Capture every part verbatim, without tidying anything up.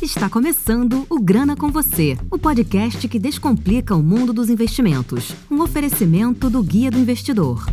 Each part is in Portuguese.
Está começando o Grana com Você, o podcast que descomplica o mundo dos investimentos. Um oferecimento do Guia do Investidor.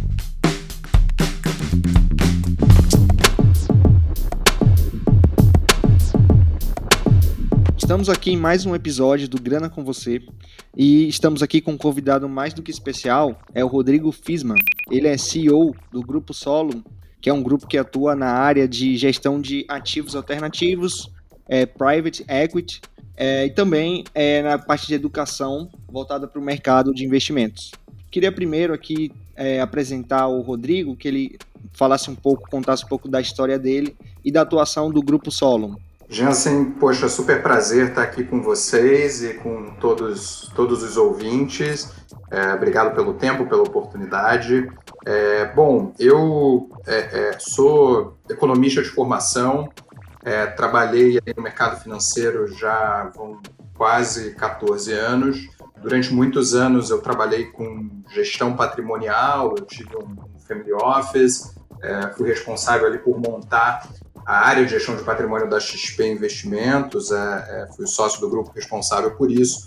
Estamos aqui em mais um episódio do Grana com Você e estamos aqui com um convidado mais do que especial, é o Rodrigo Fiesmann. Ele é C E O do Grupo Solon, que é um grupo que atua na área de gestão de ativos alternativos, é, private equity é, e também é, na parte de educação voltada para o mercado de investimentos. Queria primeiro aqui é, apresentar o Rodrigo, que ele falasse um pouco, contasse um pouco da história dele e da atuação do Grupo Solon. Jansen, poxa, super prazer estar aqui com vocês e com todos, todos os ouvintes. É, obrigado pelo tempo, pela oportunidade. É, bom, eu é, é, sou economista de formação, é, trabalhei no mercado financeiro já há quase catorze anos. Durante muitos anos eu trabalhei com gestão patrimonial, eu tive um family office, é, fui responsável ali por montar a área de gestão de patrimônio da X P Investimentos, é, é, fui sócio do grupo responsável por isso,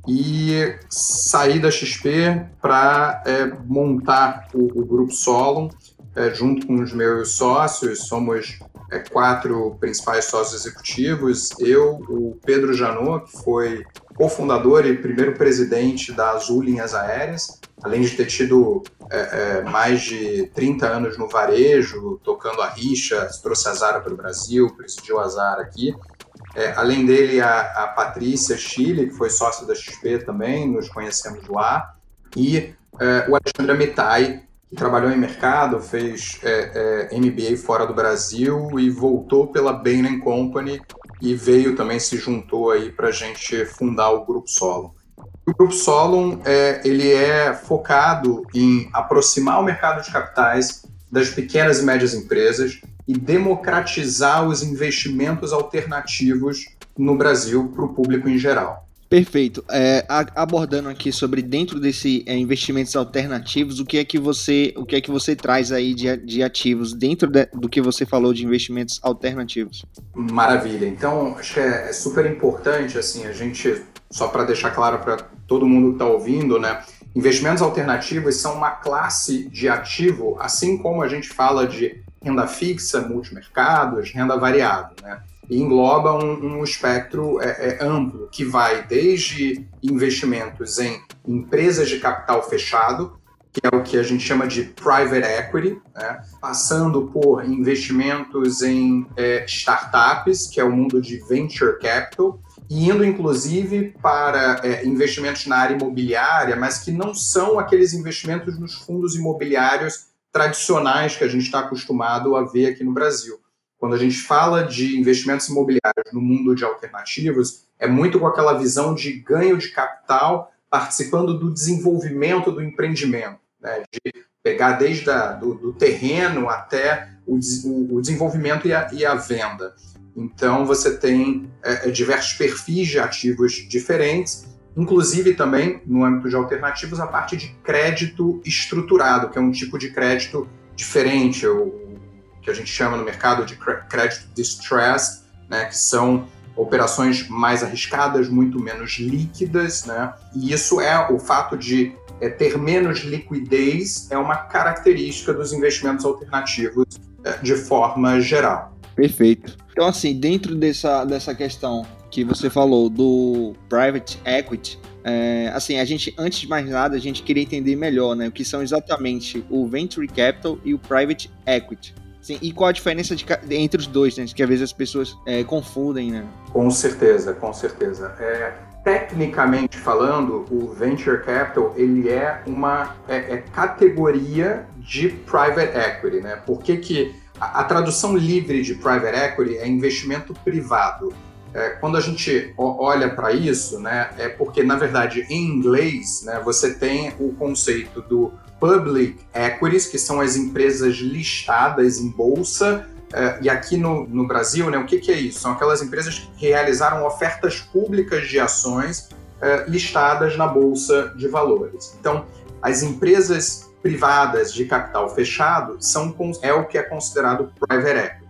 e saí da X P para é, montar o, o Grupo Solon, é, junto com os meus sócios, somos é, quatro principais sócios executivos, eu, o Pedro Janot, que foi cofundador e primeiro presidente da Azul Linhas Aéreas, além de ter tido é, é, mais de trinta anos no varejo, tocando a rixa, trouxe a Zara para o Brasil, presidiu a Zara aqui. É, além dele, a, a Patrícia Chile, que foi sócia da X P também, nos conhecemos lá. E é, o Alexandre Mitai, que trabalhou em mercado, fez é, é, M B A fora do Brasil e voltou pela Bain and Company e veio também, se juntou aí para a gente fundar o Grupo Solon. O Grupo Solon é, ele é focado em aproximar o mercado de capitais das pequenas e médias empresas e democratizar os investimentos alternativos no Brasil para o público em geral. Perfeito. É, a, abordando aqui sobre dentro desse é, investimentos alternativos, o que é que você, o que é que você traz aí de, de ativos dentro de, do que você falou de investimentos alternativos? Maravilha. Então, acho que é, é super importante, assim, a gente, só para deixar claro para todo mundo que está ouvindo, né? Investimentos alternativos são uma classe de ativo, assim como a gente fala de renda fixa, multimercados, renda variável, né? E engloba um, um espectro é, é, amplo, que vai desde investimentos em empresas de capital fechado, que é o que a gente chama de private equity, né? Passando por investimentos em é, startups, que é o mundo de venture capital, e indo inclusive para é, investimentos na área imobiliária, mas que não são aqueles investimentos nos fundos imobiliários tradicionais que a gente está acostumado a ver aqui no Brasil. Quando a gente fala de investimentos imobiliários no mundo de alternativos, é muito com aquela visão de ganho de capital participando do desenvolvimento do empreendimento, né? De pegar desde a, do, do terreno até o, o, o desenvolvimento e a, e a venda. Então, você tem é, diversos perfis de ativos diferentes, inclusive também, no âmbito de alternativos, a parte de crédito estruturado, que é um tipo de crédito diferente, o que a gente chama no mercado de crédito distressed, né, que são operações mais arriscadas, muito menos líquidas, né? E isso é o fato de é, ter menos liquidez, é uma característica dos investimentos alternativos é, de forma geral. Perfeito. Então, assim, dentro dessa, dessa questão que você falou do private equity, é, assim, a gente, antes de mais nada, a gente queria entender melhor, né, o que são exatamente o venture capital e o private equity. Sim, e qual a diferença de, entre os dois, né? Que às vezes as pessoas é, confundem, né? Com certeza, com certeza. É, tecnicamente falando, o Venture Capital ele é uma é, é categoria de Private Equity, né? Por que que a, a tradução livre de Private Equity é investimento privado? É, quando a gente olha para isso, né, é porque, na verdade, em inglês, né, você tem o conceito do Public Equities, que são as empresas listadas em bolsa, uh, e aqui no, no Brasil, né, o que, que é isso? São aquelas empresas que realizaram ofertas públicas de ações uh, listadas na Bolsa de Valores. Então, as empresas privadas de capital fechado são, é o que é considerado Private Equity.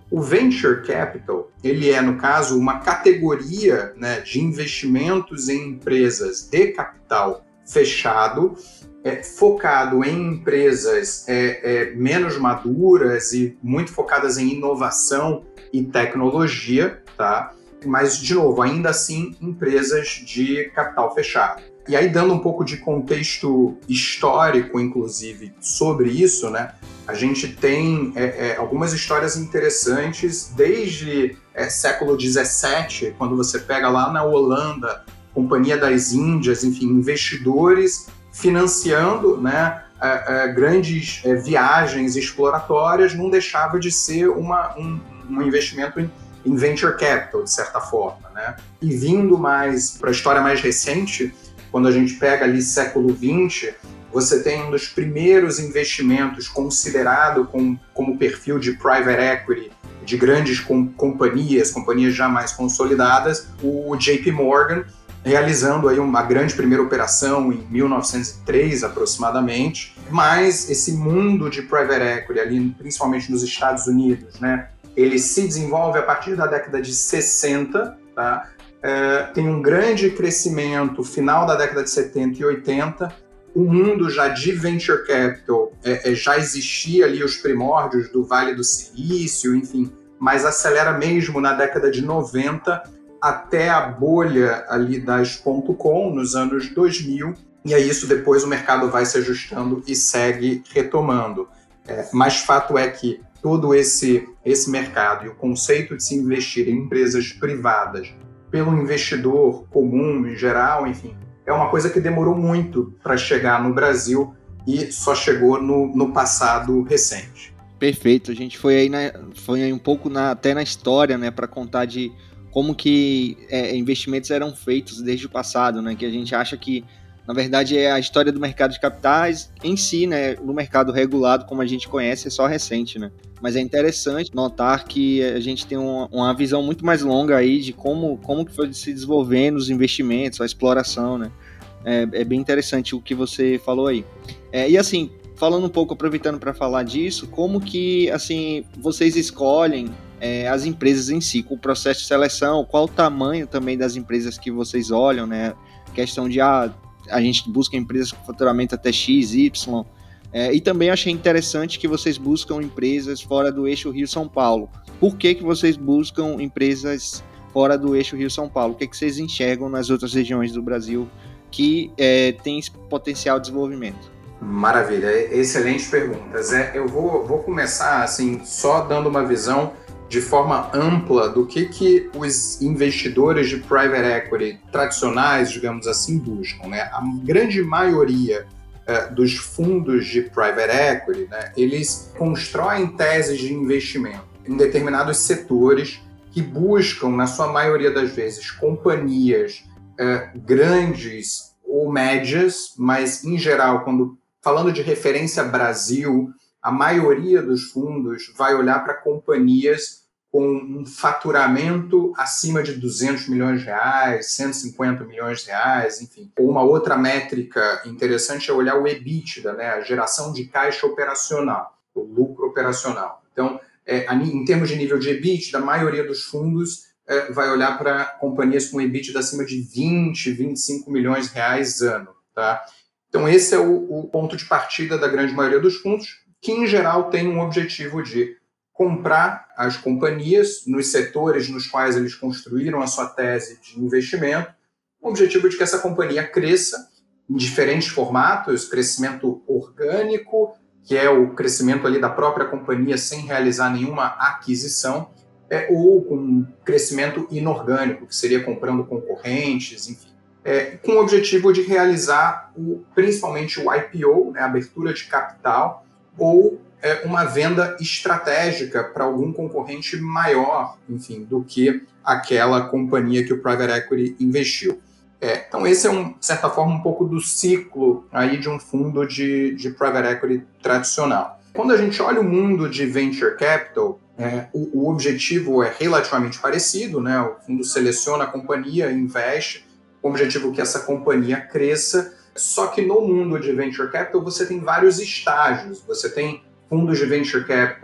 O Venture Capital, ele é, no caso, uma categoria, né, de investimentos em empresas de capital fechado, é, focado em empresas é, é, menos maduras e muito focadas em inovação e tecnologia, tá? Mas, de novo, ainda assim, empresas de capital fechado. E aí, dando um pouco de contexto histórico, inclusive, sobre isso, né? A gente tem é, é, algumas histórias interessantes desde é, século dezessete, quando você pega lá na Holanda, Companhia das Índias, enfim, investidores financiando, né, é, é, grandes é, viagens exploratórias, não deixava de ser uma, um, um investimento em, em venture capital, de certa forma, né? E vindo mais para a história mais recente, quando a gente pega ali século vinte, você tem um dos primeiros investimentos considerado com, como perfil de private equity de grandes com, companhias, companhias já mais consolidadas, o J P Morgan, realizando aí uma grande primeira operação em mil novecentos e três aproximadamente. Mas esse mundo de private equity, ali, principalmente nos Estados Unidos, né, ele se desenvolve a partir da década de sessenta, tá? É, tem um grande crescimento final da década de setenta e oitenta. O mundo já de venture capital é, é, já existia ali os primórdios do Vale do Silício, enfim, mas acelera mesmo na década de noventa até a bolha ali das ponto com nos anos dois mil, e aí isso depois o mercado vai se ajustando e segue retomando. É, mas fato é que todo esse, esse mercado e o conceito de se investir em empresas privadas pelo investidor comum em geral, enfim, é uma coisa que demorou muito para chegar no Brasil e só chegou no, no passado recente. Perfeito, a gente foi aí, na, foi aí um pouco na, até na história, né, para contar de como que é, investimentos eram feitos desde o passado, né, que a gente acha que, na verdade, é a história do mercado de capitais em si, né, no mercado regulado, como a gente conhece, é só recente, né. Mas é interessante notar que a gente tem uma, uma visão muito mais longa aí de como, como que foi se desenvolvendo os investimentos, a exploração, né. É, é bem interessante o que você falou aí. É, e assim, falando um pouco, aproveitando para falar disso, como que, assim, vocês escolhem é, as empresas em si, com o processo de seleção, qual o tamanho também das empresas que vocês olham, né? Questão de, ah, a gente busca empresas com faturamento até X, Y, é, e também achei interessante que vocês buscam empresas fora do eixo Rio-São Paulo. Por que que vocês buscam empresas fora do eixo Rio-São Paulo? O que que vocês enxergam nas outras regiões do Brasil que é, tem esse potencial de desenvolvimento? Maravilha, excelentes perguntas. É, eu vou, vou começar assim, só dando uma visão de forma ampla do que, que os investidores de private equity tradicionais, digamos assim, buscam, né? A grande maioria uh, dos fundos de private equity, né, eles constroem teses de investimento em determinados setores que buscam, na sua maioria das vezes, companhias uh, grandes ou médias, mas, em geral, quando falando de referência Brasil, a maioria dos fundos vai olhar para companhias com um faturamento acima de duzentos milhões de reais, cento e cinquenta milhões de reais, enfim. Uma outra métrica interessante é olhar o EBITDA, né, a geração de caixa operacional, o lucro operacional. Então, é, em termos de nível de EBITDA, a maioria dos fundos é, vai olhar para companhias com EBITDA acima de vinte, vinte e cinco milhões de reais ano, tá? Então, esse é o, o ponto de partida da grande maioria dos fundos, que, em geral, tem um objetivo de comprar as companhias nos setores nos quais eles construíram a sua tese de investimento, o objetivo de que essa companhia cresça em diferentes formatos, crescimento orgânico, que é o crescimento ali da própria companhia sem realizar nenhuma aquisição, é, ou com crescimento inorgânico, que seria comprando concorrentes, enfim. É, com o objetivo de realizar o, principalmente o I P O, né, a abertura de capital, ou é, uma venda estratégica para algum concorrente maior, enfim, do que aquela companhia que o private equity investiu. É, então esse é, um, de certa forma, um pouco do ciclo aí de um fundo de, de private equity tradicional. Quando a gente olha o mundo de venture capital, é, o, o objetivo é relativamente parecido, né? O fundo seleciona a companhia, investe, com o objetivo que essa companhia cresça, só que no mundo de venture capital você tem vários estágios. Você tem fundos de venture capital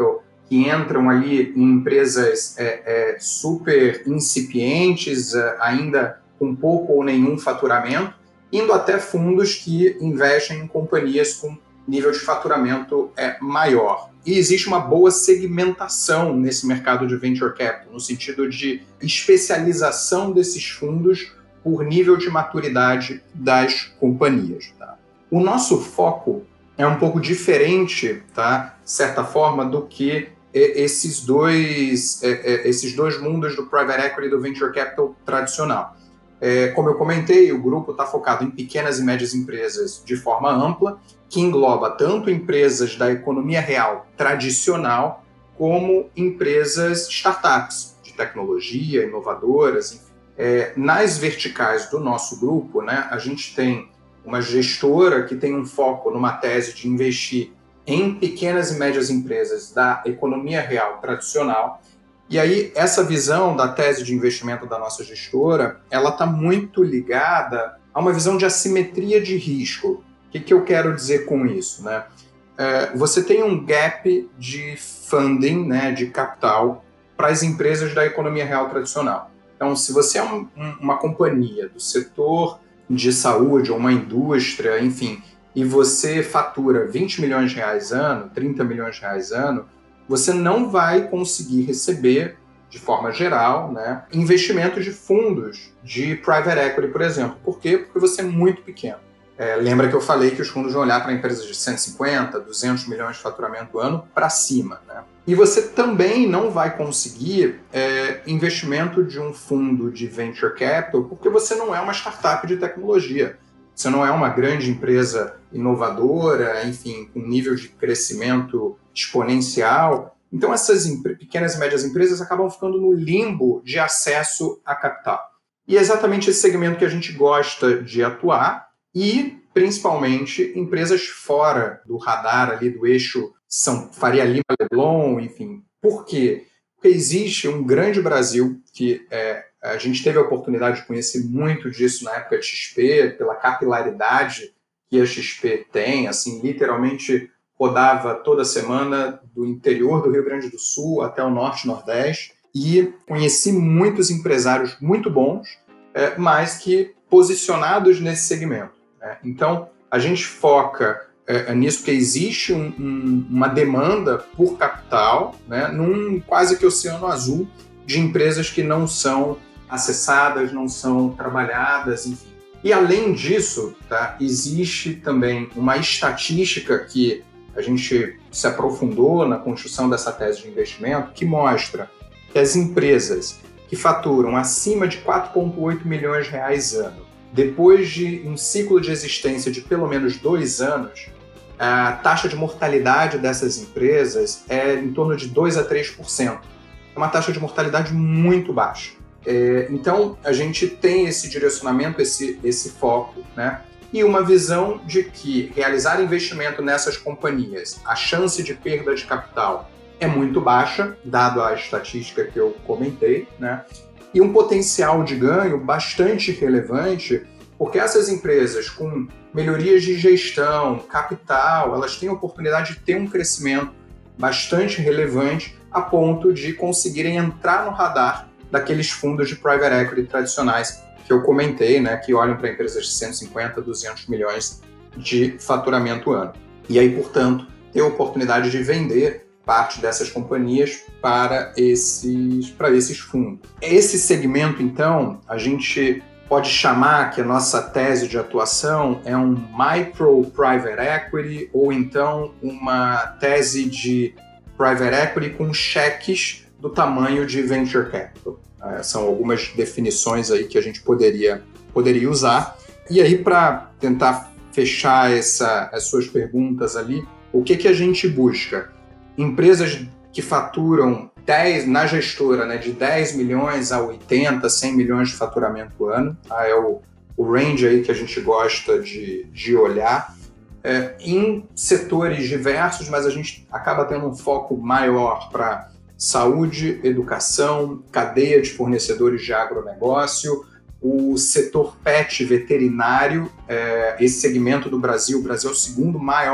que entram ali em empresas é, é, super incipientes, é, ainda com pouco ou nenhum faturamento, indo até fundos que investem em companhias com nível de faturamento é, maior. E existe uma boa segmentação nesse mercado de venture capital, no sentido de especialização desses fundos por nível de maturidade das companhias. Tá? O nosso foco é um pouco diferente, tá, de certa forma, do que esses dois, esses dois mundos do private equity e do venture capital tradicional. É, como eu comentei, o grupo está focado em pequenas e médias empresas de forma ampla, que engloba tanto empresas da economia real tradicional, como empresas startups de tecnologia, inovadoras, enfim. É, nas verticais do nosso grupo, né, a gente tem uma gestora que tem um foco numa tese de investir em pequenas e médias empresas da economia real tradicional. E aí, essa visão da tese de investimento da nossa gestora, ela está muito ligada a uma visão de assimetria de risco. O que, que eu quero dizer com isso? Né? É, você tem um gap de funding, né, de capital, para as empresas da economia real tradicional. Então, se você é um, um, uma companhia do setor de saúde ou uma indústria, enfim, e você fatura vinte milhões de reais ano, trinta milhões de reais ano, você não vai conseguir receber, de forma geral, né, investimentos de fundos de private equity, por exemplo. Por quê? Porque você é muito pequeno. É, lembra que eu falei que os fundos vão olhar para empresas de cento e cinquenta, duzentos milhões de faturamento ano para cima, né? E você também não vai conseguir é, investimento de um fundo de venture capital porque você não é uma startup de tecnologia. Você não é uma grande empresa inovadora, enfim, com nível de crescimento exponencial. Então, essas pequenas e médias empresas acabam ficando no limbo de acesso a capital. E é exatamente esse segmento que a gente gosta de atuar e, principalmente, empresas fora do radar ali do eixo São Faria Lima, Leblon, enfim. Por quê? Porque existe um grande Brasil que é, a gente teve a oportunidade de conhecer muito disso na época de X P, pela capilaridade que a X P tem, assim, literalmente rodava toda semana do interior do Rio Grande do Sul até o norte e nordeste e conheci muitos empresários muito bons, é, mas que posicionados nesse segmento. Né? Então, a gente foca é, nisso porque existe um, um, uma demanda por capital, né, num quase que oceano azul de empresas que não são acessadas, não são trabalhadas, enfim. E além disso, tá, existe também uma estatística que a gente se aprofundou na construção dessa tese de investimento, que mostra que as empresas que faturam acima de quatro vírgula oito milhões de reais ano, depois de um ciclo de existência de pelo menos dois anos, a taxa de mortalidade dessas empresas é em torno de dois a três por cento. É uma taxa de mortalidade muito baixa. É, então, a gente tem esse direcionamento, esse, esse foco, né? E uma visão de que realizar investimento nessas companhias, a chance de perda de capital é muito baixa, dado a estatística que eu comentei, né? E um potencial de ganho bastante relevante, porque essas empresas com melhorias de gestão, capital, elas têm a oportunidade de ter um crescimento bastante relevante a ponto de conseguirem entrar no radar daqueles fundos de private equity tradicionais que eu comentei, né, que olham para empresas de cento e cinquenta, duzentos milhões de faturamento ano. E aí, portanto, ter a oportunidade de vender parte dessas companhias para esses, para esses fundos. Esse segmento, então, a gente pode chamar que a nossa tese de atuação é um micro private equity ou então uma tese de private equity com cheques do tamanho de venture capital. É, são algumas definições aí que a gente poderia, poderia usar. E aí, para tentar fechar essa, as suas perguntas ali, o que, que a gente busca? Empresas que faturam dez, na gestora, né, de dez milhões a oitenta, cem milhões de faturamento ano, tá? É o, o range aí que a gente gosta de, de olhar, é, em setores diversos, mas a gente acaba tendo um foco maior para saúde, educação, cadeia de fornecedores de agronegócio, o setor pet veterinário, é, esse segmento do Brasil, o Brasil é o segundo maior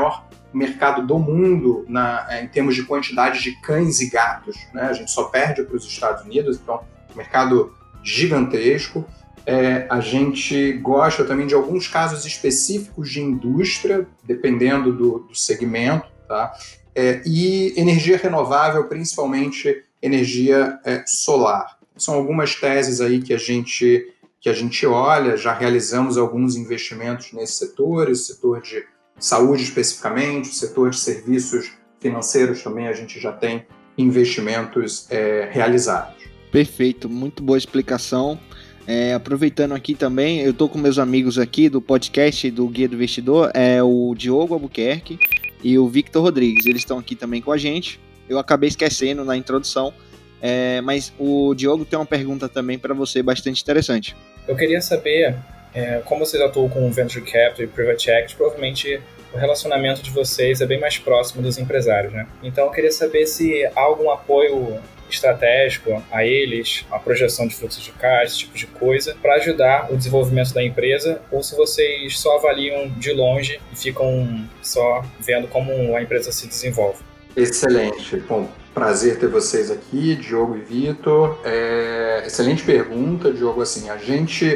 mercado do mundo na, em termos de quantidade de cães e gatos, né? A gente só perde para os Estados Unidos, então mercado gigantesco. É, a gente gosta também de alguns casos específicos de indústria, dependendo do, do segmento, tá? É, e energia renovável, principalmente energia é, solar. São algumas teses aí que a gente, que a gente olha, já realizamos alguns investimentos nesse setor, esse setor de saúde especificamente, o setor de serviços financeiros também a gente já tem investimentos é, realizados. Perfeito, muito boa explicação. É, aproveitando aqui também, eu estou com meus amigos aqui do podcast do Guia do Investidor, é o Diogo Albuquerque e o Victor Rodrigues, eles estão aqui também com a gente. Eu acabei esquecendo na introdução, é, mas o Diogo tem uma pergunta também para você bastante interessante. Eu queria saber, é, como vocês atuam com Venture Capital e Private Equity, provavelmente o relacionamento de vocês é bem mais próximo dos empresários, né? Então eu queria saber se há algum apoio estratégico a eles, a projeção de fluxo de caixa, esse tipo de coisa, para ajudar o desenvolvimento da empresa, ou se vocês só avaliam de longe e ficam só vendo como a empresa se desenvolve. Excelente. Bom, prazer ter vocês aqui, Diogo e Vitor. É... Excelente pergunta, Diogo. Assim, a gente,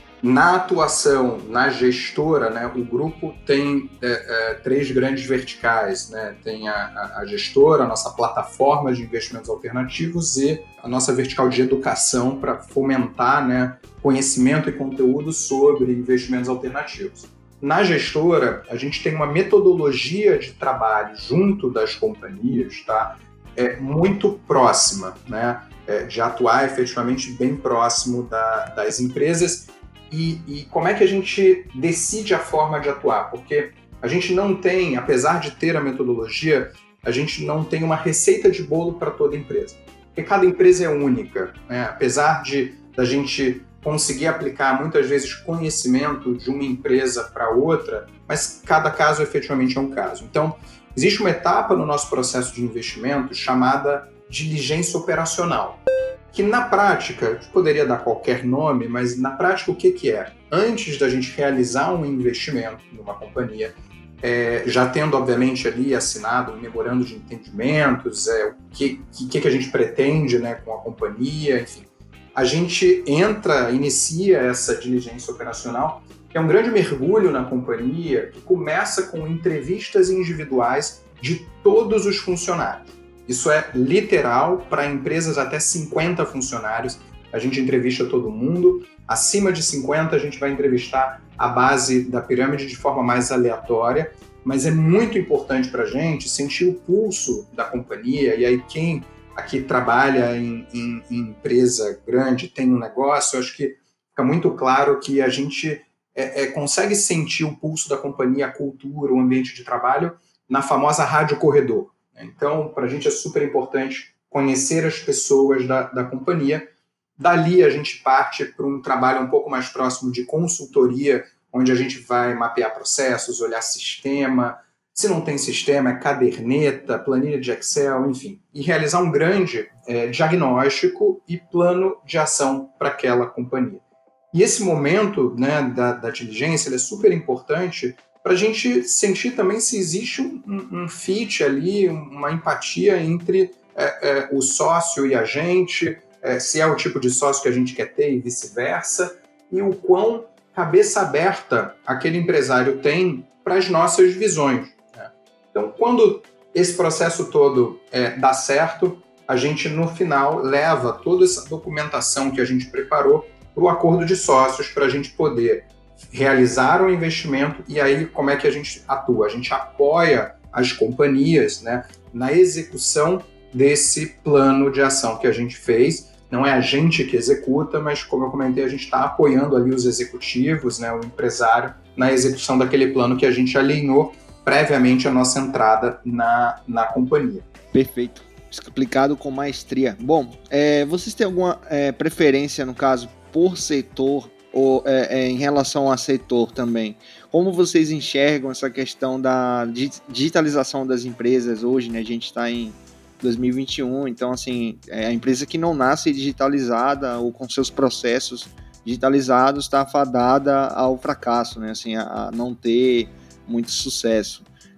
na atuação, na gestora, né, o grupo tem é, é, três grandes verticais, né? Tem a, a gestora, a nossa plataforma de investimentos alternativos e a nossa vertical de educação para fomentar, né, conhecimento e conteúdo sobre investimentos alternativos. Na gestora, a gente tem uma metodologia de trabalho junto das companhias, tá? É muito próxima, né? É, de atuar efetivamente bem próximo da, das empresas. E, e como é que a gente decide a forma de atuar? Porque a gente não tem, apesar de ter a metodologia, a gente não tem uma receita de bolo para toda empresa. Porque cada empresa é única, né? Apesar de da gente conseguir aplicar muitas vezes conhecimento de uma empresa para outra, mas cada caso efetivamente é um caso. Então, existe uma etapa no nosso processo de investimento chamada diligência operacional, que na prática, eu poderia dar qualquer nome, mas na prática o que, que é? Antes da gente realizar um investimento numa companhia, é, já tendo obviamente ali assinado um memorando de entendimentos, é, o que, que, que a gente pretende, né, com a companhia, enfim, a gente entra, inicia essa diligência operacional, que é um grande mergulho na companhia, que começa com entrevistas individuais de todos os funcionários. Isso é literal para empresas até cinquenta funcionários. A gente entrevista todo mundo. Acima de cinquenta, a gente vai entrevistar a base da pirâmide de forma mais aleatória. Mas é muito importante para a gente sentir o pulso da companhia. E aí, quem aqui trabalha em, em, em empresa grande, tem um negócio, eu acho que fica muito claro que a gente é, é, consegue sentir o pulso da companhia, a cultura, o ambiente de trabalho na famosa rádio corredor. Então, para a gente é super importante conhecer as pessoas da, da companhia. Dali, a gente parte para um trabalho um pouco mais próximo de consultoria, onde a gente vai mapear processos, olhar sistema. Se não tem sistema, é caderneta, planilha de Excel, enfim. E realizar um grande é, diagnóstico e plano de ação para aquela companhia. E esse momento, né, da, da diligência ele é super importante para a gente sentir também se existe um, um, um fit ali, uma empatia entre é, é, o sócio e a gente, é, se é o tipo de sócio que a gente quer ter e vice-versa, e o quão cabeça aberta aquele empresário tem para as nossas visões. Né? Então, quando esse processo todo é, dá certo, a gente, no final, leva toda essa documentação que a gente preparou para o acordo de sócios para a gente poder realizar o investimento. E aí, como é que a gente atua? A gente apoia as companhias, né, na execução desse plano de ação que a gente fez. Não é a gente que executa, mas, como eu comentei, a gente está apoiando ali os executivos, né, o empresário, na execução daquele plano que a gente alinhou previamente à nossa entrada na, na companhia. Perfeito. Explicado com maestria. Bom, é, vocês têm alguma é, preferência, no caso, por setor ou é, é, em relação a setor também? Como vocês enxergam essa questão da digitalização das empresas hoje, né? A gente está em dois mil e vinte e um, então, assim, é, a empresa que não nasce digitalizada ou com seus processos digitalizados está afadada ao fracasso, né? Assim, a, a não ter muito sucesso.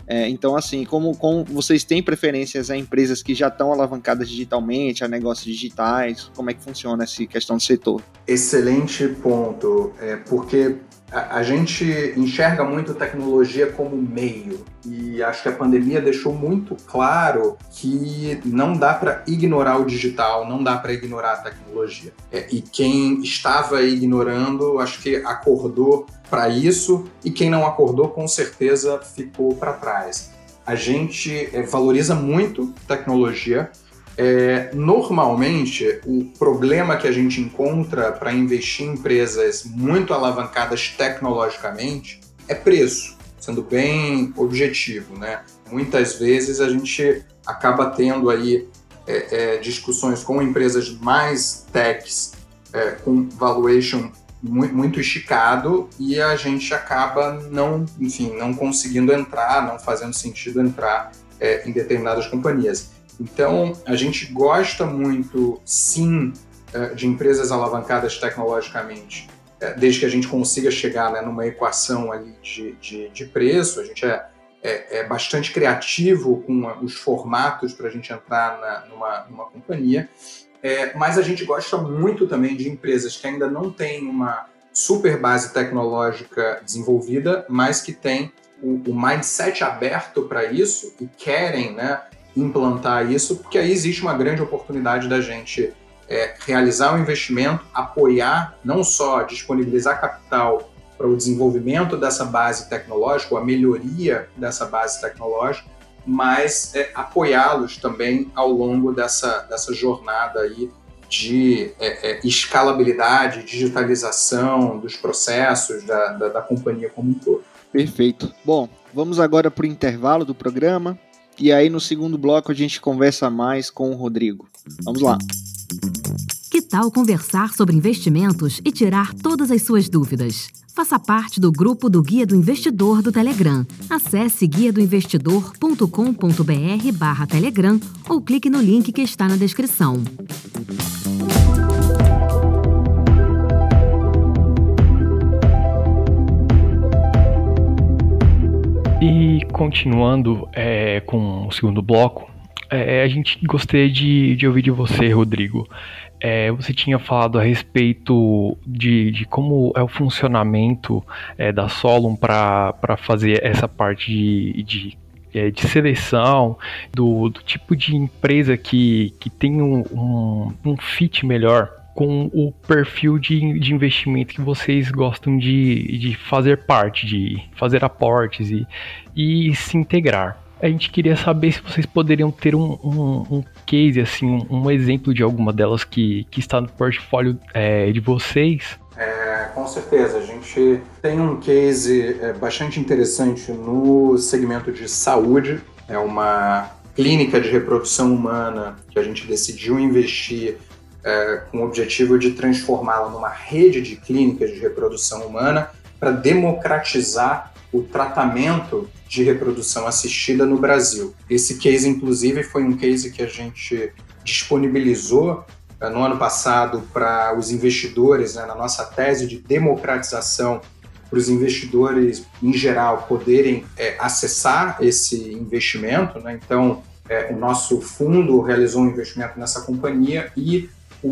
É, então, assim, como, como vocês têm preferências a empresas que já estão alavancadas digitalmente, a negócios digitais, como é que funciona essa questão do setor? Excelente ponto, é, porque a, a gente enxerga muito tecnologia como meio, e acho que a pandemia deixou muito claro que não dá para ignorar o digital, não dá para ignorar a tecnologia. É, e quem estava ignorando, acho que acordou para isso, e quem não acordou, com certeza, ficou para trás. A gente é, valoriza muito tecnologia. É, normalmente, o problema que a gente encontra para investir em empresas muito alavancadas tecnologicamente é preço, sendo bem objetivo, né? Muitas vezes a gente acaba tendo aí é, é, discussões com empresas mais techs, é, com valuation muito, muito esticado, e a gente acaba não, enfim, não conseguindo entrar, não fazendo sentido entrar é, em determinadas companhias. Então, a gente gosta muito, sim, de empresas alavancadas tecnologicamente, desde que a gente consiga chegar, né, numa equação ali de, de, de preço. A gente é, é, é bastante criativo com os formatos para a gente entrar na, numa, numa companhia, é, mas a gente gosta muito também de empresas que ainda não têm uma super base tecnológica desenvolvida, mas que têm o, o mindset aberto para isso e querem, né, implantar isso, porque aí existe uma grande oportunidade da gente é, realizar um investimento, apoiar, não só disponibilizar capital para o desenvolvimento dessa base tecnológica, ou a melhoria dessa base tecnológica, mas é, apoiá-los também ao longo dessa, dessa jornada aí de é, é, escalabilidade, digitalização dos processos da, da, da companhia como um todo. Perfeito. Bom, vamos agora para o intervalo do programa. E aí, no segundo bloco, a gente conversa mais com o Rodrigo. Vamos lá. Que tal conversar sobre investimentos e tirar todas as suas dúvidas? Faça parte do grupo do Guia do Investidor do Telegram. Acesse guia do investidor ponto com ponto b r barra Telegram ou clique no link que está na descrição. E continuando é, com o segundo bloco, é, a gente gostaria de, de ouvir de você, Rodrigo. É, você tinha falado a respeito de, de como é o funcionamento é, da Solum para fazer essa parte de, de, é, de seleção, do, do tipo de empresa que, que tem um, um, um fit melhor com o perfil de, de investimento que vocês gostam de, de fazer parte, de fazer aportes e, e se integrar. A gente queria saber se vocês poderiam ter um, um, um case, assim, um, um exemplo de alguma delas que, que está no portfólio é, de vocês. É, com certeza, a gente tem um case é, bastante interessante no segmento de saúde. É uma clínica de reprodução humana que a gente decidiu investir É, com o objetivo de transformá-la numa rede de clínicas de reprodução humana para democratizar o tratamento de reprodução assistida no Brasil. Esse case, inclusive, foi um case que a gente disponibilizou é, no ano passado para os investidores, né, na nossa tese de democratização, para os investidores, em geral, poderem é, acessar esse investimento, né? Então, é, o nosso fundo realizou um investimento nessa companhia e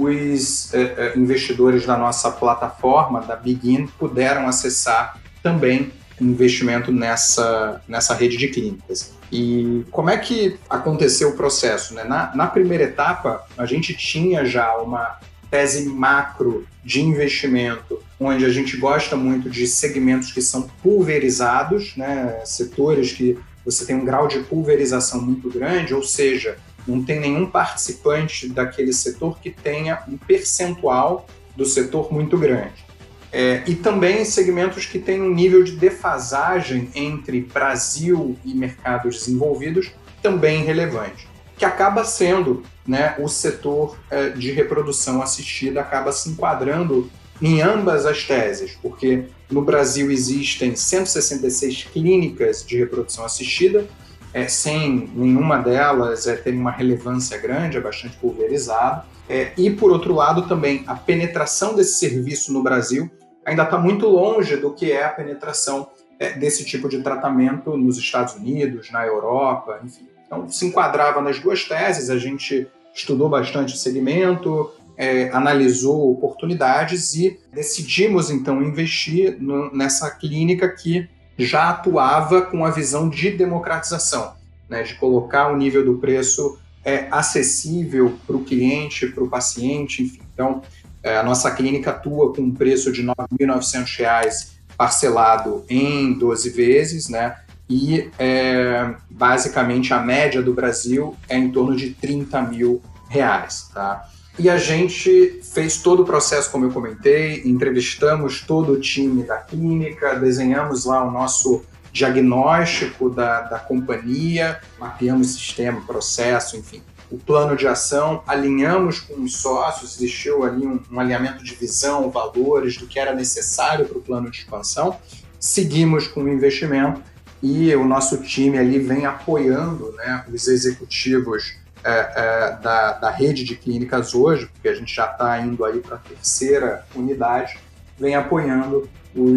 os eh, investidores da nossa plataforma, da Begin, puderam acessar também investimento nessa, nessa rede de clínicas. E como é que aconteceu o processo, né? Na, na primeira etapa, a gente tinha já uma tese macro de investimento, onde a gente gosta muito de segmentos que são pulverizados, né? Setores que você tem um grau de pulverização muito grande, ou seja, não tem nenhum participante daquele setor que tenha um percentual do setor muito grande. É, e também segmentos que têm um nível de defasagem entre Brasil e mercados desenvolvidos também relevante, que acaba sendo, né, o setor é, de reprodução assistida acaba se enquadrando em ambas as teses, porque no Brasil existem cento e sessenta e seis clínicas de reprodução assistida, É, sem nenhuma delas é, ter uma relevância grande, é bastante pulverizado. É, e, por outro lado, também a penetração desse serviço no Brasil ainda está muito longe do que é a penetração é, desse tipo de tratamento nos Estados Unidos, na Europa, enfim. Então, se enquadrava nas duas teses, a gente estudou bastante o segmento, é, analisou oportunidades e decidimos, então, investir no, nessa clínica que já atuava com a visão de democratização, né, de colocar o nível do preço é, acessível para o cliente, para o paciente, enfim. Então, é, a nossa clínica atua com um preço de nove mil e novecentos reais parcelado em doze vezes, né? E é, basicamente a média do Brasil é em torno de trinta mil reais, tá? E a gente fez todo o processo, como eu comentei, entrevistamos todo o time da clínica, desenhamos lá o nosso diagnóstico da, da companhia, mapeamos sistema, processo, enfim, o plano de ação, alinhamos com os sócios, existiu ali um, um alinhamento de visão, valores, do que era necessário para o plano de expansão, seguimos com o investimento e o nosso time ali vem apoiando, né, os executivos é, é, da, da rede de clínicas hoje, porque a gente já está indo aí para a terceira unidade, vem apoiando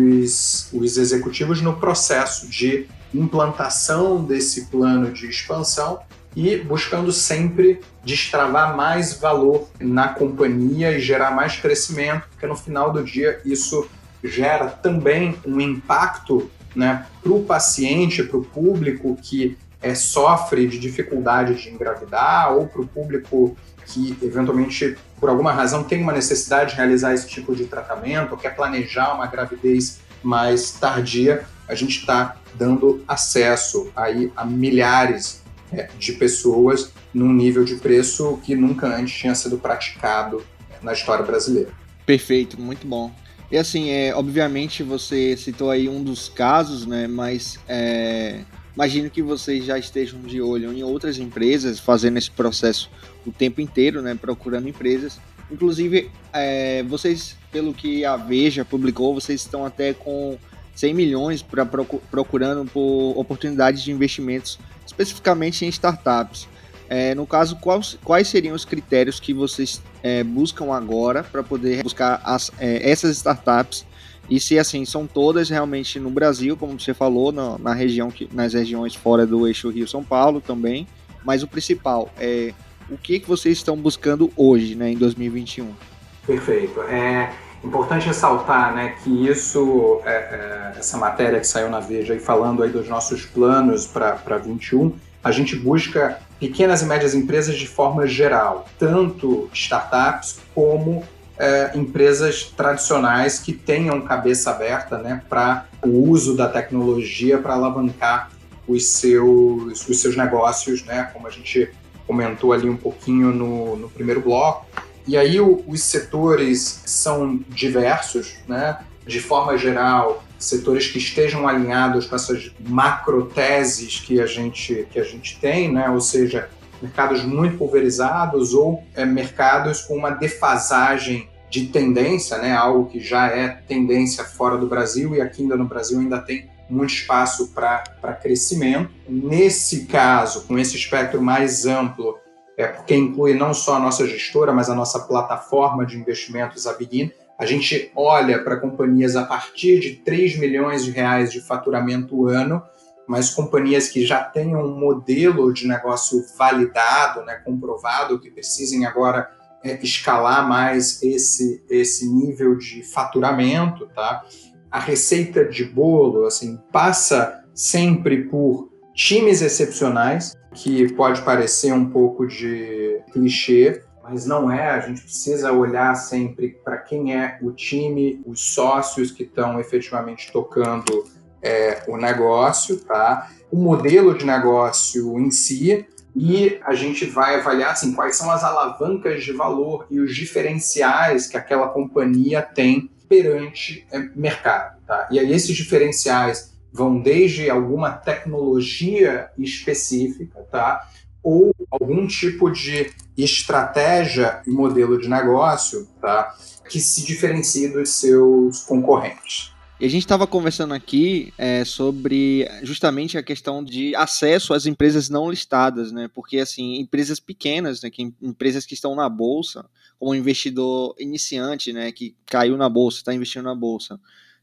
os, os executivos no processo de implantação desse plano de expansão e buscando sempre destravar mais valor na companhia e gerar mais crescimento, porque no final do dia isso gera também um impacto, né, para o paciente, para o público que é, sofre de dificuldade de engravidar ou para o público que eventualmente, por alguma razão, tem uma necessidade de realizar esse tipo de tratamento ou quer planejar uma gravidez mais tardia, a gente está dando acesso aí a milhares é, de pessoas num nível de preço que nunca antes tinha sido praticado na história brasileira. Perfeito, muito bom. E assim, é, obviamente você citou aí um dos casos, né, mas é, imagino que vocês já estejam de olho em outras empresas fazendo esse processo o tempo inteiro, né, procurando empresas. Inclusive, é, vocês, pelo que a Veja publicou, vocês estão até com cem milhões pra, procurando por oportunidades de investimentos, especificamente em startups. É, no caso, quais, quais seriam os critérios que vocês é, buscam agora para poder buscar as, é, essas startups? E se assim, são todas realmente no Brasil, como você falou, na, na região que, nas regiões fora do eixo Rio-São Paulo também, mas o principal é o que, que vocês estão buscando hoje, né, em dois mil e vinte e um? Perfeito. É importante ressaltar, né, que isso, é, é, essa matéria que saiu na Veja aí, falando aí dos nossos planos para vinte e um, a gente busca pequenas e médias empresas de forma geral, tanto startups como é, empresas tradicionais que tenham cabeça aberta, né, para o uso da tecnologia para alavancar os seus, os seus negócios, né, como a gente comentou ali um pouquinho no, no primeiro bloco. E aí o, os setores são diversos, né, de forma geral, setores que estejam alinhados com essas macroteses que a gente, que a gente tem, né? Ou seja, mercados muito pulverizados ou é, mercados com uma defasagem de tendência, né? Algo que já é tendência fora do Brasil e aqui ainda no Brasil ainda tem muito espaço para crescimento. Nesse caso, com esse espectro mais amplo, é porque inclui não só a nossa gestora, mas a nossa plataforma de investimentos, a Begin, a gente olha para companhias a partir de três milhões de reais de faturamento ano, mas companhias que já tenham um modelo de negócio validado, né, comprovado, que precisem agora é, escalar mais esse, esse nível de faturamento. Tá? A receita de bolo assim, passa sempre por times excepcionais, que pode parecer um pouco de clichê, mas não é. A gente precisa olhar sempre para quem é o time, os sócios que estão efetivamente tocando é, o negócio, tá? O modelo de negócio em si, e a gente vai avaliar assim, quais são as alavancas de valor e os diferenciais que aquela companhia tem perante é, mercado. Tá? E aí esses diferenciais vão desde alguma tecnologia específica, tá? Ou algum tipo de estratégia e modelo de negócio, tá? Que se diferencie dos seus concorrentes. E a gente estava conversando aqui é, sobre justamente a questão de acesso às empresas não listadas, né? Porque, assim, empresas pequenas, né? Que, empresas que estão na bolsa, como um investidor iniciante, né? Que caiu na bolsa, está investindo na bolsa.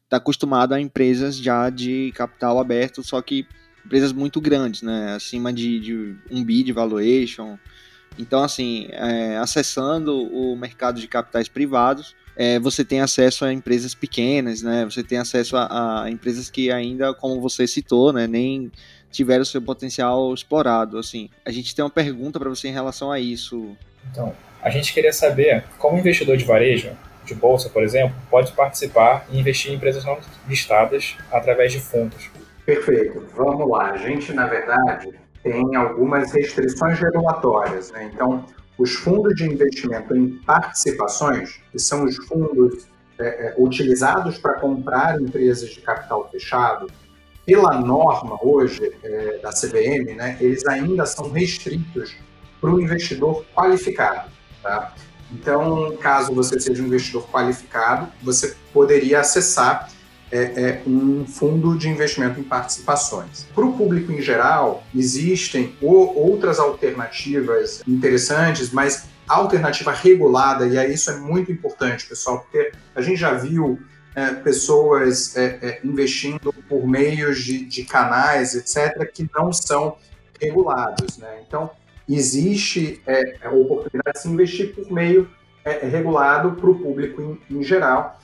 está acostumado a empresas já de capital aberto, só que empresas muito grandes, né? Acima de, de um bi de valuation. Então, assim, é, acessando o mercado de capitais privados, é, você tem acesso a empresas pequenas, né? Você tem acesso a, a empresas que ainda, como você citou, né, nem tiveram seu potencial explorado. Assim, a gente tem uma pergunta para você em relação a isso. Então, a gente queria saber como investidor de varejo, de bolsa, por exemplo, pode participar e investir em empresas não listadas através de fundos. Perfeito. Vamos lá. A gente, na verdade, tem algumas restrições regulatórias, né? Então, os fundos de investimento em participações, que são os fundos é, é, utilizados para comprar empresas de capital fechado, pela norma hoje é, da C V M, né, eles ainda são restritos para o investidor qualificado. Tá? Então, caso você seja um investidor qualificado, você poderia acessar é, é, um fundo de investimento em participações. Para o público em geral, existem o, outras alternativas interessantes, mas a alternativa regulada, e aí isso é muito importante, pessoal, porque a gente já viu é, pessoas é, é, investindo por meios de, de canais, etcétera, que não são regulados, né? Então, existe é, a oportunidade de se investir por meio é, regulado para o público em, em geral.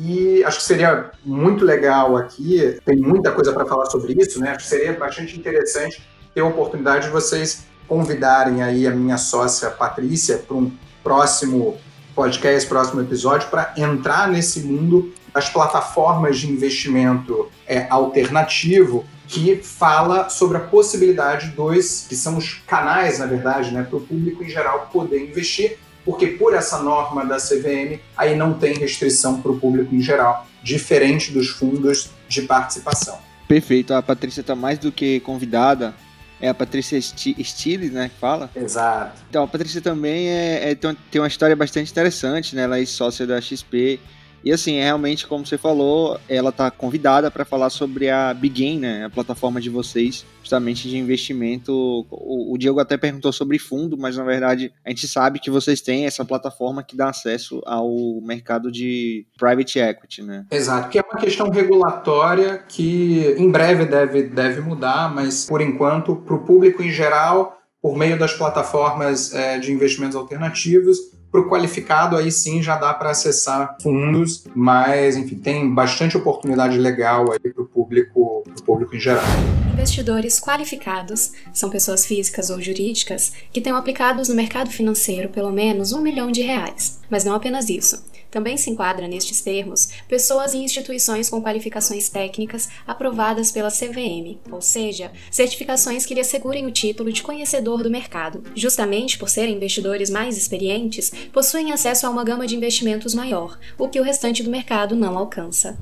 E acho que seria muito legal aqui, tem muita coisa para falar sobre isso, né? Acho que seria bastante interessante ter a oportunidade de vocês convidarem aí a minha sócia Patrícia para um próximo podcast, próximo episódio, para entrar nesse mundo das plataformas de investimento é, alternativo, que fala sobre a possibilidade dos, que são os canais, na verdade, né, para o público em geral poder investir, porque por essa norma da C V M, aí não tem restrição para o público em geral, diferente dos fundos de participação. Perfeito, a Patrícia está mais do que convidada, é a Patrícia Stiles, né, que fala? Exato. Então, a Patrícia também é, é, tem uma história bastante interessante, né, ela é sócia da X P, e assim, realmente, como você falou, ela está convidada para falar sobre a Begin, né, a plataforma de vocês, justamente de investimento. O, o Diego até perguntou sobre fundo, mas na verdade a gente sabe que vocês têm essa plataforma que dá acesso ao mercado de private equity, né? Exato, que é uma questão regulatória que em breve deve, deve mudar, mas por enquanto, para o público em geral, por meio das plataformas é, de investimentos alternativos, para o qualificado, aí sim já dá para acessar fundos, mas, enfim, tem bastante oportunidade legal aí para o público, pro público em geral. Investidores qualificados são pessoas físicas ou jurídicas que tenham aplicados no mercado financeiro pelo menos um milhão de reais. Mas não apenas isso. Também se enquadra nestes termos pessoas e instituições com qualificações técnicas aprovadas pela C V M, ou seja, certificações que lhe assegurem o título de conhecedor do mercado. Justamente por serem investidores mais experientes, possuem acesso a uma gama de investimentos maior, o que o restante do mercado não alcança.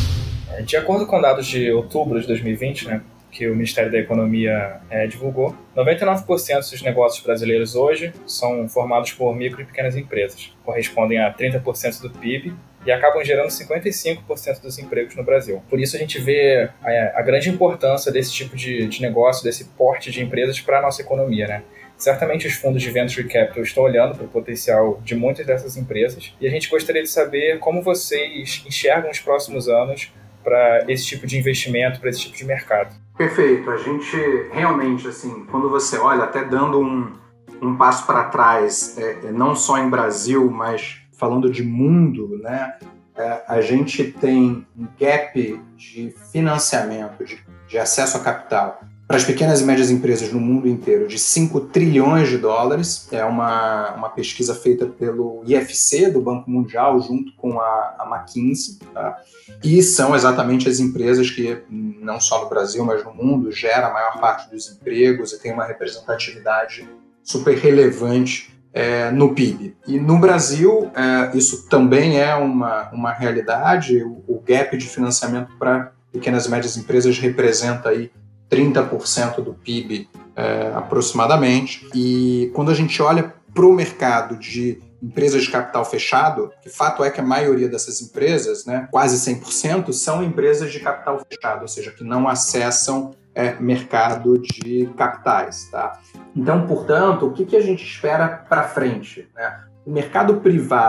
De acordo com dados de outubro de dois mil e vinte, né, que o Ministério da Economia é, divulgou, noventa e nove por cento dos negócios brasileiros hoje são formados por micro e pequenas empresas, correspondem a trinta por cento do P I B e acabam gerando cinquenta e cinco por cento dos empregos no Brasil. Por isso a gente vê a, a grande importância desse tipo de, de negócio, desse porte de empresas para a nossa economia, né? Certamente os fundos de Venture Capital estão olhando para o potencial de muitas dessas empresas e a gente gostaria de saber como vocês enxergam os próximos anos para esse tipo de investimento, para esse tipo de mercado. Perfeito. A gente realmente, assim, quando você olha, até dando um, um passo para trás, é, não só em Brasil, mas falando de mundo, né, é, a gente tem um gap de financiamento, de, de acesso a capital para as pequenas e médias empresas no mundo inteiro de cinco trilhões de dólares. É uma, uma pesquisa feita pelo I F C, do Banco Mundial, junto com a, a McKinsey, tá? E são exatamente as empresas que, não só no Brasil, mas no mundo, geram a maior parte dos empregos e tem uma representatividade super relevante é, no P I B. E no Brasil, é, isso também é uma, uma realidade. O, o gap de financiamento para pequenas e médias empresas representa aí trinta por cento do P I B é, aproximadamente. E quando a gente olha para o mercado de empresas de capital fechado, que fato é que a maioria dessas empresas, né, quase cem por cento, são empresas de capital fechado, ou seja, que não acessam é, mercado de capitais. Tá? Então, portanto, o que, que a gente espera para frente? Né? O mercado privado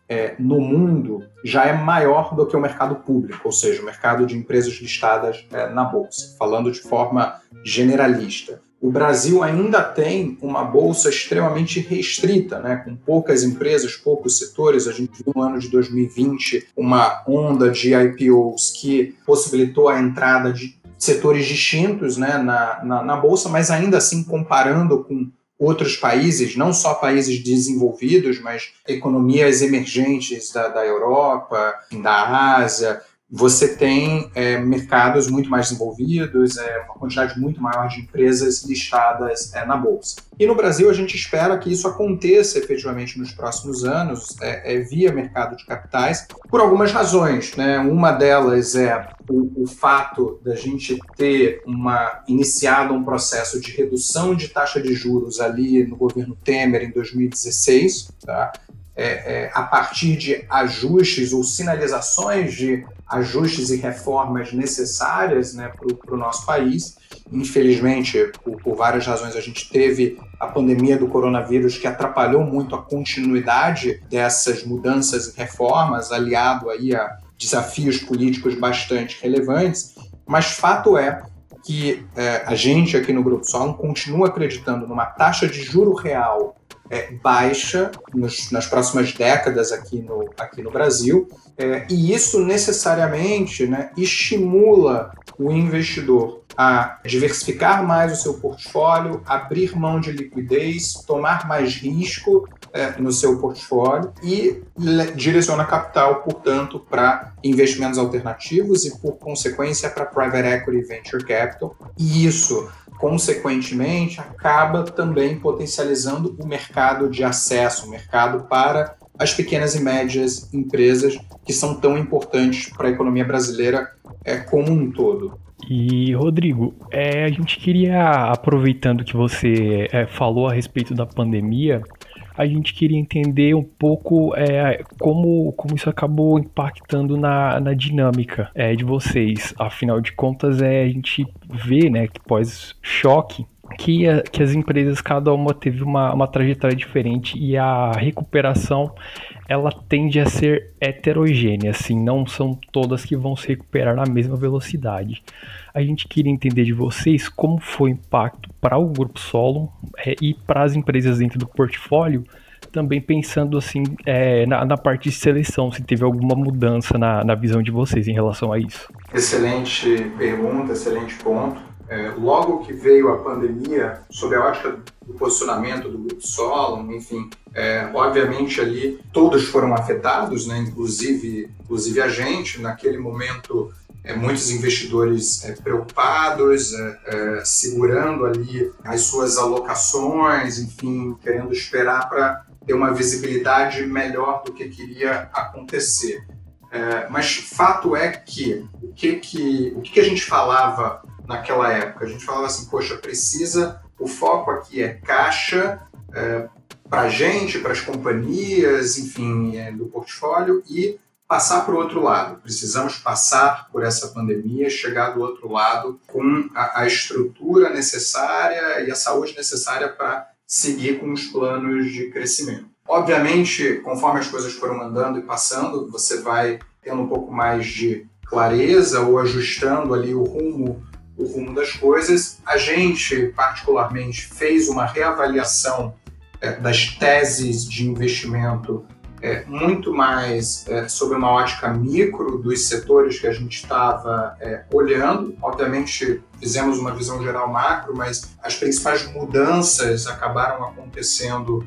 é, no mundo já é maior do que o mercado público, ou seja, o mercado de empresas listadas é, na Bolsa, falando de forma generalista. O Brasil ainda tem uma bolsa extremamente restrita, né, com poucas empresas, poucos setores. A gente viu no ano de dois mil e vinte uma onda de I P Os que possibilitou a entrada de setores distintos, né, na, na, na bolsa, mas ainda assim comparando com outros países, não só países desenvolvidos, mas economias emergentes da, da Europa, da Ásia. Você tem é, mercados muito mais desenvolvidos, é, uma quantidade muito maior de empresas listadas é, na Bolsa. E no Brasil a gente espera que isso aconteça efetivamente nos próximos anos, é, é, via mercado de capitais, por algumas razões, né? Uma delas é o, o fato da gente ter uma, iniciado um processo de redução de taxa de juros ali no governo Temer em dois mil e dezesseis, tá? É, é, a partir de ajustes ou sinalizações de ajustes e reformas necessárias, né, para o nosso país. Infelizmente, por, por várias razões, a gente teve a pandemia do coronavírus que atrapalhou muito a continuidade dessas mudanças e reformas, aliado aí a desafios políticos bastante relevantes, mas fato é que é, a gente aqui no Grupo Solon continua acreditando numa taxa de juro real É, baixa nos, nas próximas décadas aqui no, aqui no Brasil, é, e isso necessariamente, né, estimula o investidor a diversificar mais o seu portfólio, abrir mão de liquidez, tomar mais risco é, no seu portfólio e le- direciona capital, portanto, para investimentos alternativos e, por consequência, para private equity e venture capital. E isso, consequentemente, acaba também potencializando o mercado de acesso, o mercado para as pequenas e médias empresas que são tão importantes para a economia brasileira é, como um todo. E, Rodrigo, é, a gente queria, aproveitando que você é, falou a respeito da pandemia, a gente queria entender um pouco é, como, como isso acabou impactando na, na dinâmica é, de vocês. Afinal de contas, é, a gente vê, né, que pós-choque, que, a, que as empresas, cada uma teve uma, uma trajetória diferente e a recuperação ela tende a ser heterogênea, assim, não são todas que vão se recuperar na mesma velocidade. A gente queria entender de vocês como foi o impacto para o Grupo Solon é, e para as empresas dentro do portfólio, também pensando assim é, na, na parte de seleção, se teve alguma mudança na, na visão de vocês em relação a isso. Excelente pergunta, excelente ponto. É, logo que veio a pandemia, sob a ótica do posicionamento do Grupo Solon, enfim, é, obviamente ali todos foram afetados, né, inclusive, inclusive a gente, naquele momento, é, muitos investidores é, preocupados, é, é, segurando ali as suas alocações, enfim, querendo esperar para ter uma visibilidade melhor do que queria acontecer. É, mas fato é que o que, que, o que, que a gente falava naquela época? A gente falava assim, poxa, precisa, o foco aqui é caixa é, para a gente, para as companhias, enfim, é, do portfólio e passar para o outro lado. Precisamos passar por essa pandemia, chegar do outro lado com a, a estrutura necessária e a saúde necessária para seguir com os planos de crescimento. Obviamente, conforme as coisas foram andando e passando, você vai tendo um pouco mais de clareza ou ajustando ali o rumo o rumo das coisas. A gente, particularmente, fez uma reavaliação é, das teses de investimento é, muito mais é, sob uma ótica micro dos setores que a gente estava é, olhando. Obviamente, fizemos uma visão geral macro, mas as principais mudanças acabaram acontecendo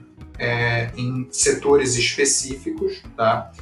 é, em setores específicos, tá?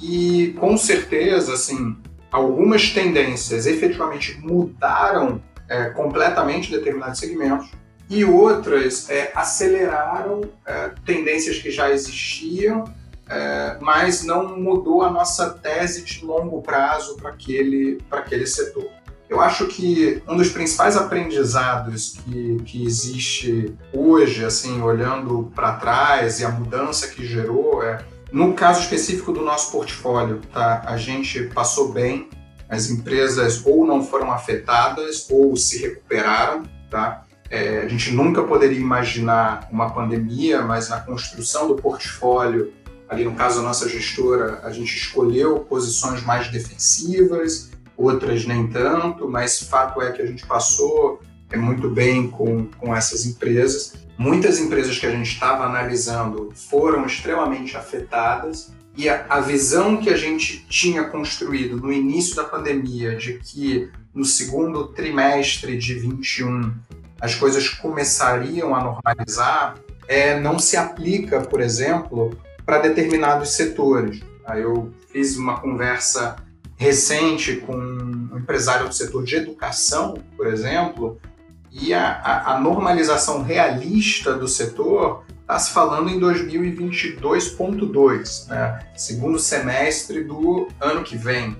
E, com certeza, assim, algumas tendências efetivamente mudaram é, completamente determinados segmentos e outras é, aceleraram é, tendências que já existiam, é, mas não mudou a nossa tese de longo prazo para aquele, para aquele setor. Eu acho que um dos principais aprendizados que, que existe hoje, assim, olhando para trás e a mudança que gerou, é, no caso específico do nosso portfólio, tá? A gente passou bem, as empresas ou não foram afetadas ou se recuperaram, tá? É, a gente nunca poderia imaginar uma pandemia, mas na construção do portfólio ali no caso da nossa gestora, a gente escolheu posições mais defensivas, outras nem tanto, mas fato é que a gente passou é, muito bem com, com essas empresas. Muitas empresas que a gente estava analisando foram extremamente afetadas e a, a visão que a gente tinha construído no início da pandemia de que no segundo trimestre de vinte e um as coisas começariam a normalizar, é, não se aplica, por exemplo, para determinados setores. Eu fiz uma conversa recente com um empresário do setor de educação, por exemplo, e a, a, a normalização realista do setor está se falando em dois mil e vinte e dois ponto dois, né? Segundo semestre do ano que vem.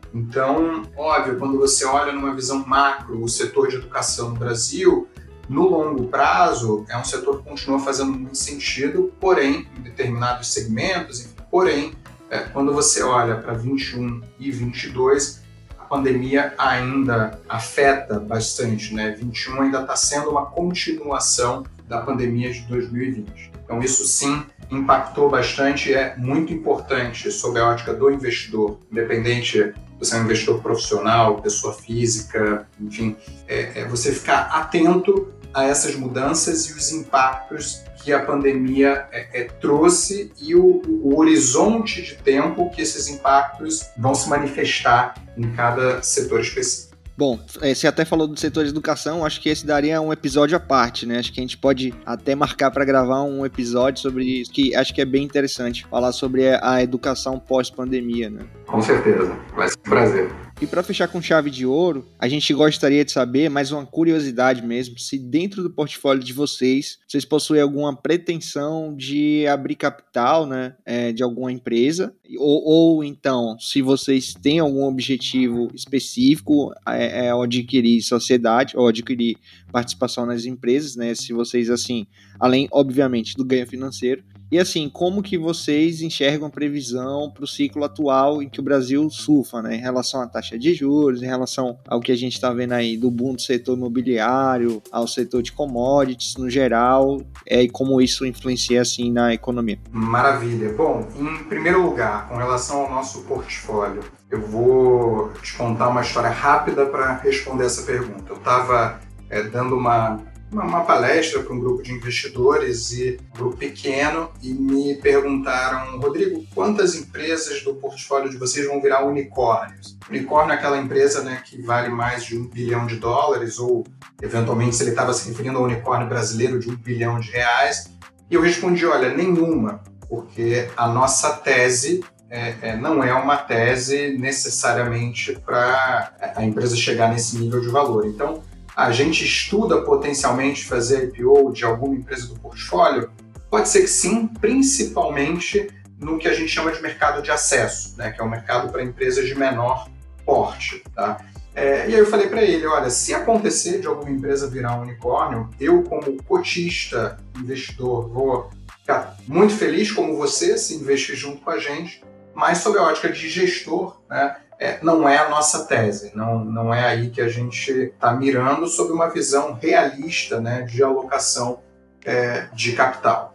Então, óbvio, quando você olha numa visão macro o setor de educação no Brasil, no longo prazo é um setor que continua fazendo muito sentido, porém, em determinados segmentos, porém, é, quando você olha para vinte e um e vinte e dois, a pandemia ainda afeta bastante, né? vinte e um ainda está sendo uma continuação da pandemia de dois mil e vinte. Então, isso sim impactou bastante e é muito importante sob a ótica do investidor, independente você é um investidor profissional, pessoa física, enfim, é, é você ficar atento a essas mudanças e os impactos que a pandemia é, é, trouxe e o, o horizonte de tempo que esses impactos vão se manifestar em cada setor específico. Bom, você até falou do setor de educação, acho que esse daria um episódio à parte, né? Acho que a gente pode até marcar para gravar um episódio sobre isso, que acho que é bem interessante, falar sobre a educação pós-pandemia, né? Com certeza, vai ser um prazer. E para fechar com chave de ouro, a gente gostaria de saber, mais uma curiosidade mesmo, se dentro do portfólio de vocês, vocês possuem alguma pretensão de abrir capital, né, é, de alguma empresa, ou, ou então, se vocês têm algum objetivo específico é, é, ao adquirir sociedade, ou adquirir participação nas empresas, né, se vocês, assim, além, obviamente, do ganho financeiro. E assim, como que vocês enxergam a previsão para o ciclo atual em que o Brasil surfa, né, em relação à taxa de juros, em relação ao que a gente está vendo aí do boom do setor imobiliário, ao setor de commodities no geral, é, e como isso influencia assim na economia? Maravilha. Bom, em primeiro lugar, com relação ao nosso portfólio, eu vou te contar uma história rápida para responder essa pergunta. Eu estava é, dando uma... uma palestra para um grupo de investidores e um grupo pequeno e me perguntaram: Rodrigo, quantas empresas do portfólio de vocês vão virar unicórnios? Unicórnio é aquela empresa, né, que vale mais de um bilhão de dólares ou, eventualmente, se ele estava se referindo ao unicórnio brasileiro de um bilhão de reais. E eu respondi: olha, nenhuma, porque a nossa tese é, é, não é uma tese necessariamente para a empresa chegar nesse nível de valor. Então, a gente estuda potencialmente fazer I P O de alguma empresa do portfólio? Pode ser que sim, principalmente no que a gente chama de mercado de acesso, né, que é o mercado para empresas de menor porte. Tá? É, e aí eu falei para ele, olha, se acontecer de alguma empresa virar um unicórnio, eu como cotista, investidor, vou ficar muito feliz como você se investir junto com a gente, mas sob a ótica de gestor, né, É, não é a nossa tese, não, não é aí que a gente está mirando sob uma visão realista, né, de alocação é, de capital.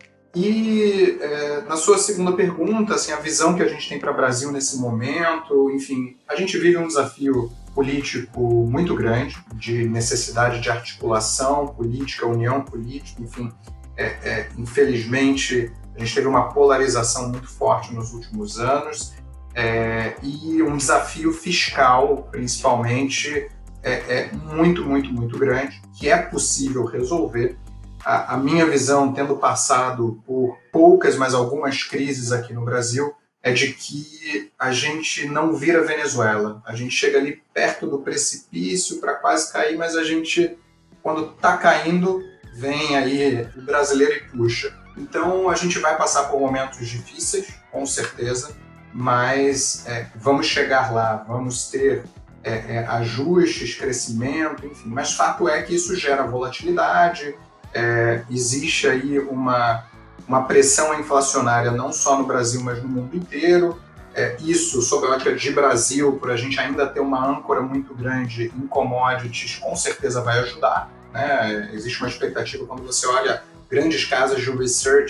E é, na sua segunda pergunta, assim, a visão que a gente tem para o Brasil nesse momento, enfim, a gente vive um desafio político muito grande, de necessidade de articulação política, união política, enfim, é, é, infelizmente a gente teve uma polarização muito forte nos últimos anos, É, e um desafio fiscal, principalmente, é, é muito, muito, muito grande, que é possível resolver. A, a minha visão, tendo passado por poucas, mas algumas crises aqui no Brasil, é de que a gente não vira Venezuela. A gente chega ali perto do precipício para quase cair, mas a gente, quando está caindo, vem aí o brasileiro e puxa. Então, a gente vai passar por momentos difíceis, com certeza, mas é, vamos chegar lá, vamos ter é, é, ajustes, crescimento, enfim. Mas fato é que isso gera volatilidade, é, existe aí uma, uma pressão inflacionária não só no Brasil, mas no mundo inteiro. É, isso, sob a ótica de Brasil, por a gente ainda ter uma âncora muito grande em commodities, com certeza vai ajudar, né? Existe uma expectativa quando você olha grandes casas de research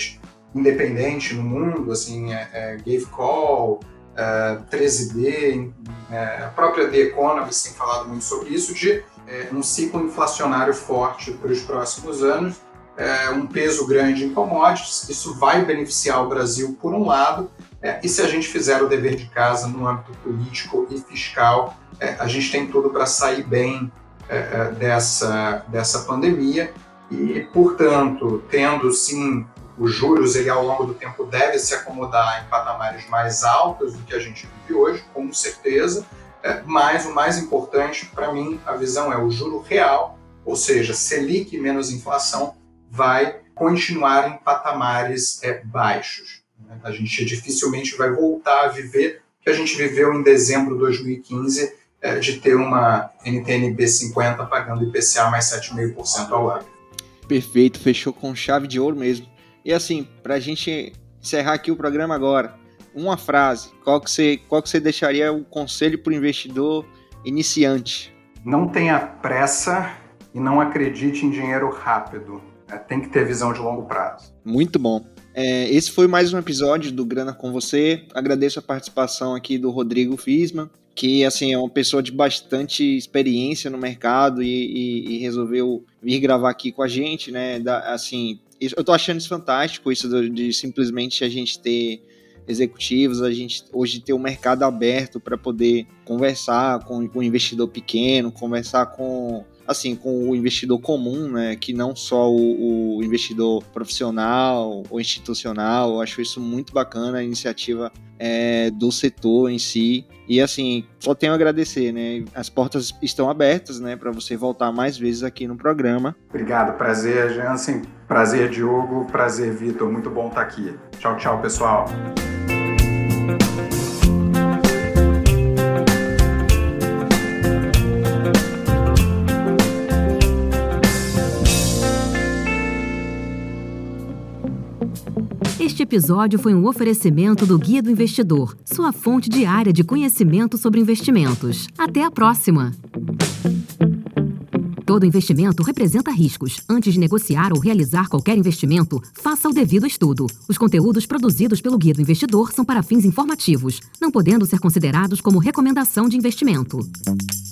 independente no mundo, assim, é, é, GaveCall, é, treze D, é, a própria The Economist tem falado muito sobre isso, de é, um ciclo inflacionário forte para os próximos anos, é, um peso grande em commodities. Isso vai beneficiar o Brasil por um lado, é, e se a gente fizer o dever de casa no âmbito político e fiscal, é, a gente tem tudo para sair bem é, dessa, dessa pandemia e, portanto, tendo sim os juros, ele ao longo do tempo deve se acomodar em patamares mais altos do que a gente vive hoje, com certeza, é, mas o mais importante para mim, a visão é o juro real, ou seja, Selic menos inflação, vai continuar em patamares é, baixos. A gente dificilmente vai voltar a viver o que a gente viveu em dezembro de dois mil e quinze, é, de ter uma N T N B cinquenta pagando I P C A mais sete vírgula cinco por cento ao ano. Perfeito, fechou com chave de ouro mesmo. E assim, para a gente encerrar aqui o programa agora, uma frase, qual que você, qual que você deixaria o conselho para o investidor iniciante? Não tenha pressa e não acredite em dinheiro rápido. É, tem que ter visão de longo prazo. Muito bom. É, esse foi mais um episódio do Grana com Você. Agradeço a participação aqui do Rodrigo Fiesmann, que assim, é uma pessoa de bastante experiência no mercado e, e, e resolveu vir gravar aqui com a gente, né? Da, assim, eu tô achando isso fantástico, isso de, de simplesmente a gente ter executivos, a gente hoje ter um mercado aberto para poder conversar com, com o investidor pequeno, conversar com, assim, com o investidor comum, né, que não só o, o investidor profissional ou institucional. Eu acho isso muito bacana, a iniciativa é, do setor em si. E assim, só tenho a agradecer, né? As portas estão abertas, né, para você voltar mais vezes aqui no programa. Obrigado, prazer, Jansen. Prazer, Diogo. Prazer, Vitor. Muito bom estar aqui. Tchau, tchau, pessoal. Este episódio foi um oferecimento do Guia do Investidor, sua fonte diária de conhecimento sobre investimentos. Até a próxima! Todo investimento representa riscos. Antes de negociar ou realizar qualquer investimento, faça o devido estudo. Os conteúdos produzidos pelo Guia do Investidor são para fins informativos, não podendo ser considerados como recomendação de investimento.